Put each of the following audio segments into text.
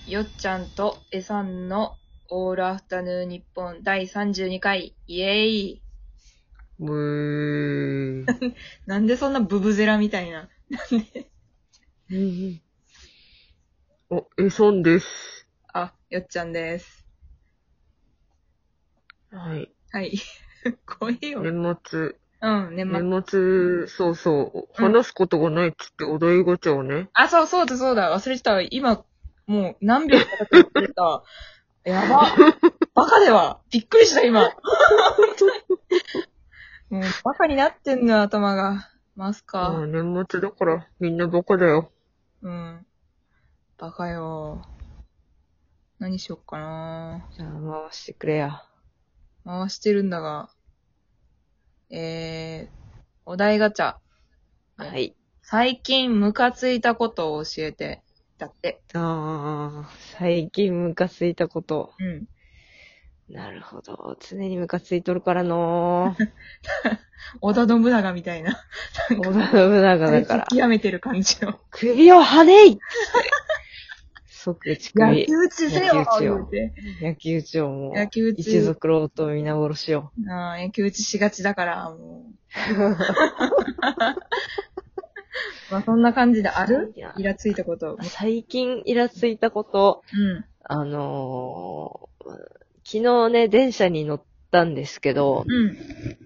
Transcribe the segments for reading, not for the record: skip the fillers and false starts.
よっちゃんとえさんのオールアフタヌーン日本第32回イエーイ。なんでそんなブブゼラみたいな。 えさんです。 あ、よっちゃんです。 はい。 はい。怖いよ。 年末、 うん、年末。 年末、そうそう、話すことがないっつってお題ガチャをね。 あ、そうだ、忘れてたわ。今、もう何秒か経って忘れてた。やば。バカでは。びっくりした、今。もう、バカになってんの、頭が。マスか。 年末だからみんなバカだよ。 うん。バカよ。何しよっかな。 じゃあ回してくれや。 回してるんだが。お題ガチャ。 はい。 最近ムカついたことを教えて。だって。 最近ムカついたこと。 うん。 なるほど。常にムカついとるからのー。 織田信長みたいな。 織田信長だから。 極めてる感じの。 首をはねいっつって。即打ち首。 焼き討ちせよ言うて。 焼き討ちをもう。 焼き討ち。 一族老頭皆殺しよ。 焼き討ちしがちだから、もう。まあそんな感じである？イラついたこと。 最近イラついたこと。 うん。 昨日ね、電車に乗ったんですけど、 うん。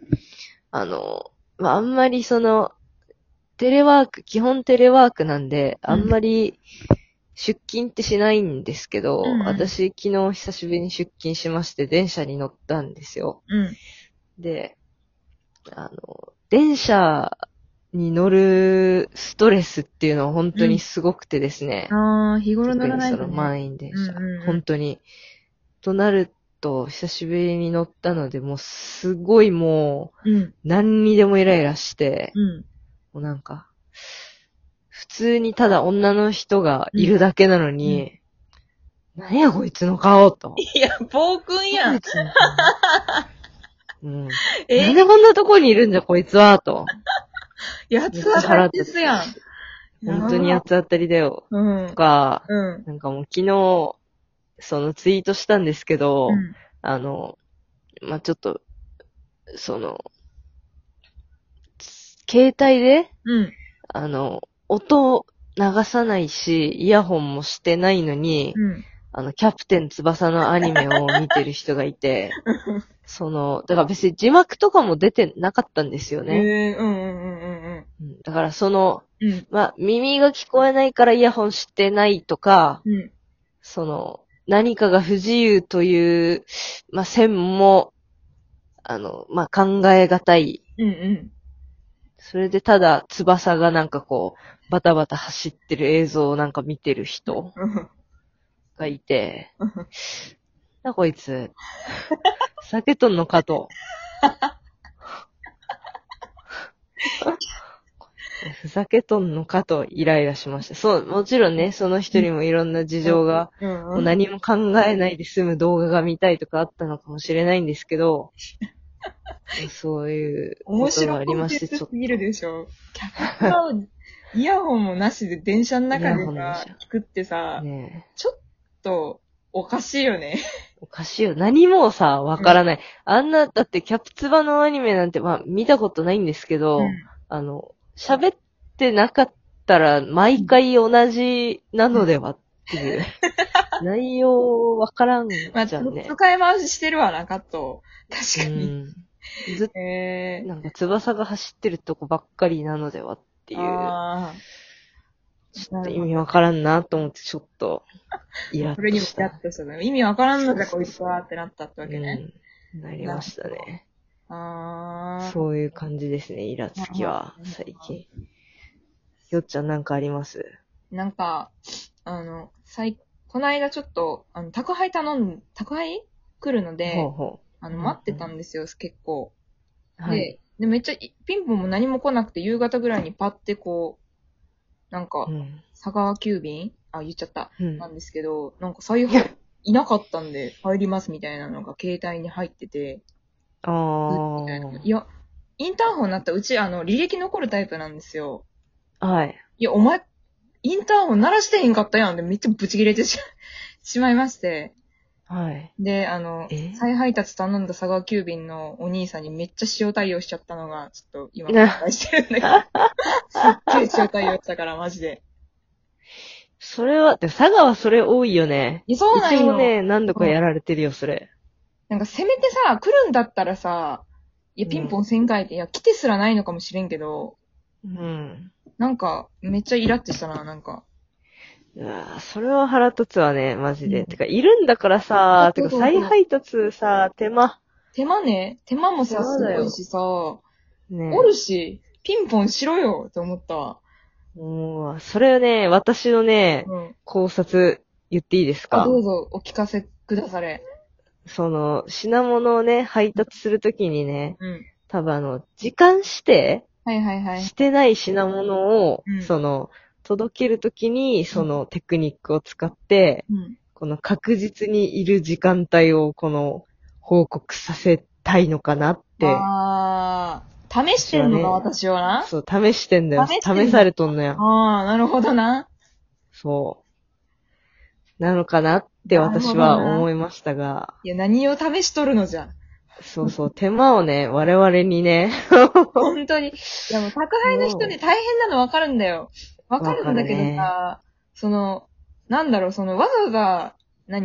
あんまりテレワーク、基本テレワークなんで、あんまり出勤ってしないんですけど、 うん、 私昨日久しぶりに出勤しまして電車に乗ったんですよ。 うん。 で、電車に乗るストレスっていうのは本当にすごくてですね。 日頃乗らないとね。 特に満員電車。 うん。 本当に。となると、久しぶりに乗ったので、もうすごいもう、何にでもイライラして、もうなんか、普通にただ女の人がいるだけなのに、何やこいつの顔と。 いや、暴君やん。 なんでこんなとこにいるんじゃこいつはと。 八つ当たりですやん。 本当に八つ当たりだよ。とか、なんかもう昨日、ツイートしたんですけど、ちょっと、携帯で、音流さないし、イヤホンもしてないのに、キャプテン翼のアニメを見てる人がいて、だから別に字幕とかも出てなかったんですよね。だから耳が聞こえないからイヤホンしてないとか、何かが不自由という、線も、考えがたい。それでただ翼がなんかこう、バタバタ走ってる映像をなんか見てる人がいて、こいつ、酒とんのかと。ふざけとんのかとイライラしました。そう、もちろんね、その人にもいろんな事情が、もう何も考えないで済む動画が見たいとかあったのかもしれないんですけど、そういうことがありまして、ちょっと。面白すぎるでしょ。キャプターイヤホンもなしで電車の中でさ、聞くってさ、ちょっとおかしいよね。 おかしいよ。何もさ、わからない。だってキャプツバのアニメなんて、見たことないんですけど、喋ってなかったら毎回同じなのではっていう。内容わからんじゃんね。 使い回ししてるわな、カット。確かに。 ずっと、なんか翼が走ってるとこばっかりなのではっていう。ちょっと意味わからんなと思ってちょっとイラッとした。 それにもイラッとしたね。意味わからんのかこいつはってなったってわけね。 なりましたね。そういう感じですね、イラつきは、最近。よっちゃんなんかあります？ なんか、この間ちょっと、宅配来るので、待ってたんですよ、結構。で、めっちゃ、ピンポンも何も来なくて、夕方ぐらいにパッてこう、なんか、佐川急便言っちゃった。なんですけど、なんか財布いなかったんで、入りますみたいなのが携帯に入ってて。いや、インターホンになったらうち、履歴残るタイプなんですよ。 はい。 いや、お前、インターホン鳴らしてへんかったやんでめっちゃブチ切れてししまいまして。 はい。 で、再配達頼んだ佐川急便のお兄さんにめっちゃ塩対応しちゃったのが、ちょっと今後悔してるんだけど。すっげえ塩対応したから、マジで。 それは、佐賀はそれ多いよね。 そうなんよ。 うちもね、何度かやられてるよ、それ。 なんかせめてさ、来るんだったらさ、いや、ピンポン1000回って、いや、来てすらないのかもしれんけど、 うん。 なんか、めっちゃイラってしたな、なんか。 うわそれは腹立つわね、マジで。てか、いるんだからさ、てか、再配達さ、手間もさ、すごいしさ、 ね、 おるし、ピンポンしろよ、って思ったわ。 もう、それね、私のね、考察言っていいですか？ どうぞ、お聞かせくだされ。 品物をね、配達するときにね、多分時間指定してない品物を、届けるときに、テクニックを使って、この確実にいる時間帯を、報告させたいのかなって。 試してんのか、私はな。 そう、試してんだよ。試されとんのよ。 なるほどな。 そう。なのかなって私は思いましたが。 いや、何を試しとるのじゃ。 そうそう、手間をね、我々にね。 本当に。いや、もう宅配の人ね、大変なの分かるんだよ。分かるんだけどさ、なんだろう、わざわざ、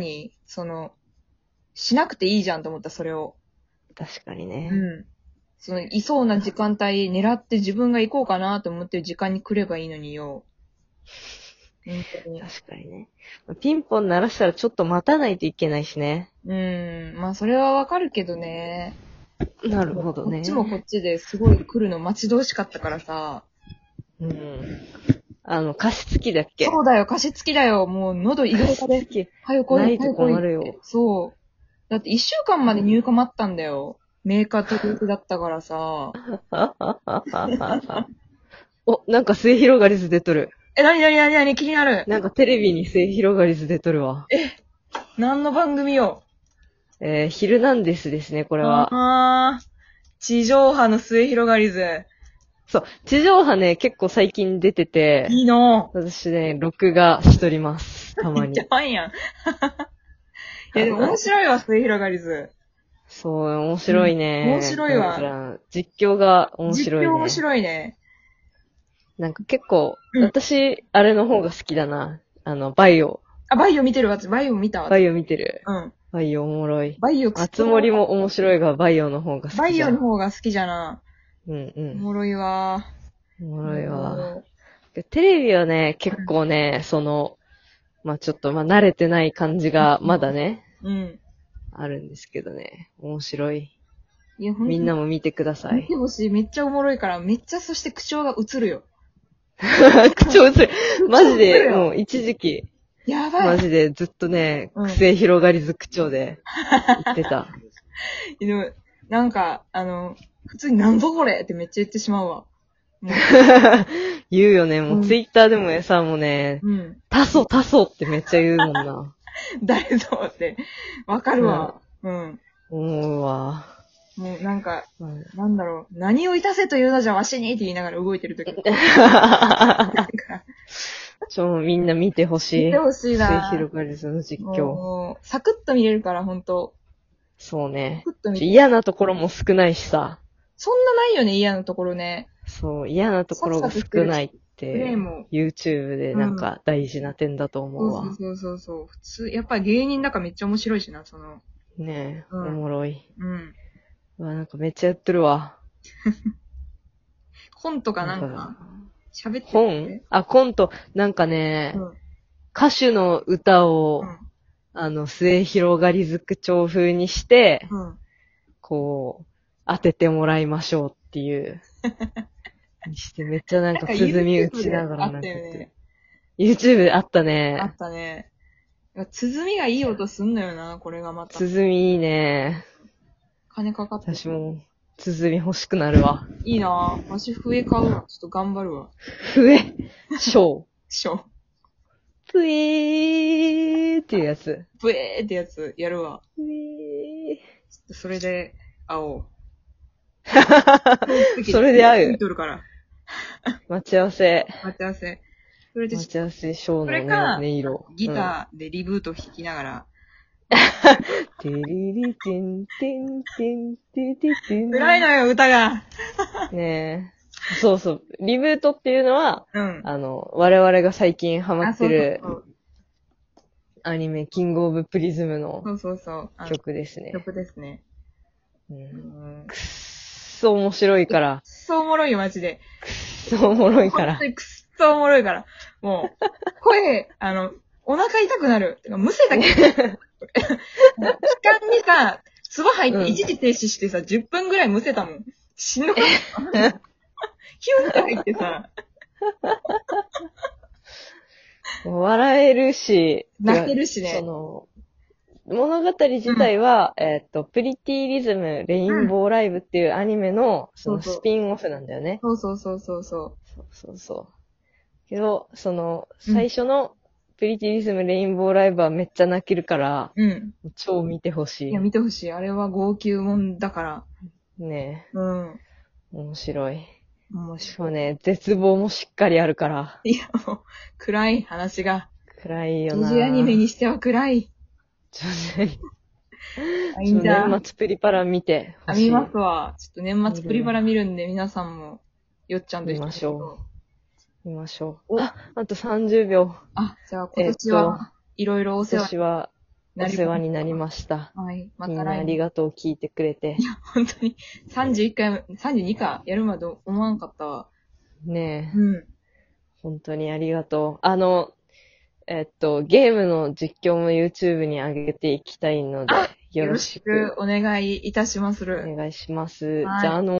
しなくていいじゃんと思った、それを。 確かにね。 いそうな時間帯狙って自分が行こうかなと思ってる時間に来ればいいのによ。 本当に。確かにね。ピンポン鳴らしたらちょっと待たないといけないしね。 まあそれはわかるけどね。 なるほどね。 こっちもこっちですごい来るの待ち遠しかったからさ。 加湿器だっけ？ そうだよ、加湿器だよ。もう喉イガイガで。早く来い、 ないと困るよ。 そう。だって1週間まで入荷待ったんだよ。メーカー取り置きだったからさ。 お、なんか末広がりず出とる。 なに気になる。 なんかテレビに末広がりず出とるわ。 何の番組よ。 ヒルナンデスですね、これは。 地上波の末広がりず。 そう、地上波ね、結構最近出てて。 いいの。 私ね、録画しとります。たまに。 ジャパンやん。いや、でも面白いわ、末広がりず。 そう、面白いね。 面白いわ。 実況が面白いね。 実況面白いね。 なんか結構、私、あれの方が好きだな。バイオ。 バイオ見てるわ。バイオ見たわ。 バイオ見てる。バイオおもろい。 バイオあつ森も面白いが、バイオの方が好きじゃん。 バイオの方が好きじゃな。おもろいわ。 おもろいわ。テレビはね、結構ね、まあちょっと、慣れてない感じが、まだね。あるんですけどね。面白い。いや、みんなも見てください。 見てほしい。めっちゃおもろいから、めっちゃそして口調が映るよ。 口調映る。マジで、もう一時期。 やばい。 マジでずっとね、癖広がりず口調で言ってた。 でも、なんか、普通になんぞこれってめっちゃ言ってしまうわ。 言うよね。もうツイッターでもさ、もうね、タソってめっちゃ言うもんな。 誰ぞって。わかるわ。 思うわ。 もうなんか、なんだろう。何をいたせというのじゃわしにって言いながら動いてるとき。 みんな見てほしい。 見てほしいな。 末広がりずの実況。 サクッと見れるから、ほんと。 そうね。嫌なところも少ないしさ。 そんなないよね、嫌なところね。 そう、嫌なところが少ないって、YouTube でなんか大事な点だと思うわ。 そう。普通、やっぱり芸人だからめっちゃ面白いしな、 ねえ、おもろい。なんかめっちゃやってるわ。 コントかなんか、喋ってる。 コント、なんかね、歌手の歌を、末広がりず口調風にして、こう、当ててもらいましょうっていう。にしてめっちゃなんか鼓打ちながらなんかやってる。YouTube であったね。 あったね。鼓がいい音すんのよな、これがまた。 鼓いいね。 金かかって。 私も、鼓欲しくなるわ。 いいなぁ。わし笛買うわ。ちょっと頑張るわ。 笛ショー。 プエーっていうやつ。 プエーってやつやるわ。 プエー。 ちょっとそれで会おう。 それで会う。 見とるから。 待ち合わせ。 それで待ち合わせショーのそれか音色。 ギターでリブート弾きながら、 テリリテンテンテンテテテン。 暗いのよ、歌が。 ねえ。そうそう。リブートっていうのは、 うん。 我々が最近ハマってるそうアニメ、キングオブプリズムのそう。 曲ですね。 曲ですね。 くっそ面白いから。 くっそおもろいよ、マジで。 くっそおもろいから。 本当にくっそおもろいから。もう、声、お腹痛くなる。てかむせたけど。期間にさ、唾入って一時停止してさ、10分ぐらいむせたもん。しんどかった。ヒュンって入ってさ。 笑えるし、 泣けるしね。 物語自体は、プリティリズムレインボーライブっていうアニメの、スピンオフなんだよね。 そう。 けど、最初のプリティリズムレインボーライブはめっちゃ泣けるから、超見てほしい。 いや、見てほしい。あれは号泣もんだから。 ねえ。面白い。しかもね、絶望もしっかりあるから。 いや、もう、暗い話が。 暗いよな。 疑似アニメにしては暗い。 年末プリパラ見てほしい。 見ますわ。ちょっと年末プリパラ見るんで、皆さんも、よっちゃんと一緒に見ましょう。あと30秒。 じゃあ今年はいろいろお世話になりました。 はい。 みんなありがとう、聞いてくれて。 いや、本当に、31回、32回やるまで思わんかったわ。 ねえ。本当にありがとう。ゲームの実況も YouTube に上げていきたいので、よろしくお願いいたします。 お願いします。じゃあ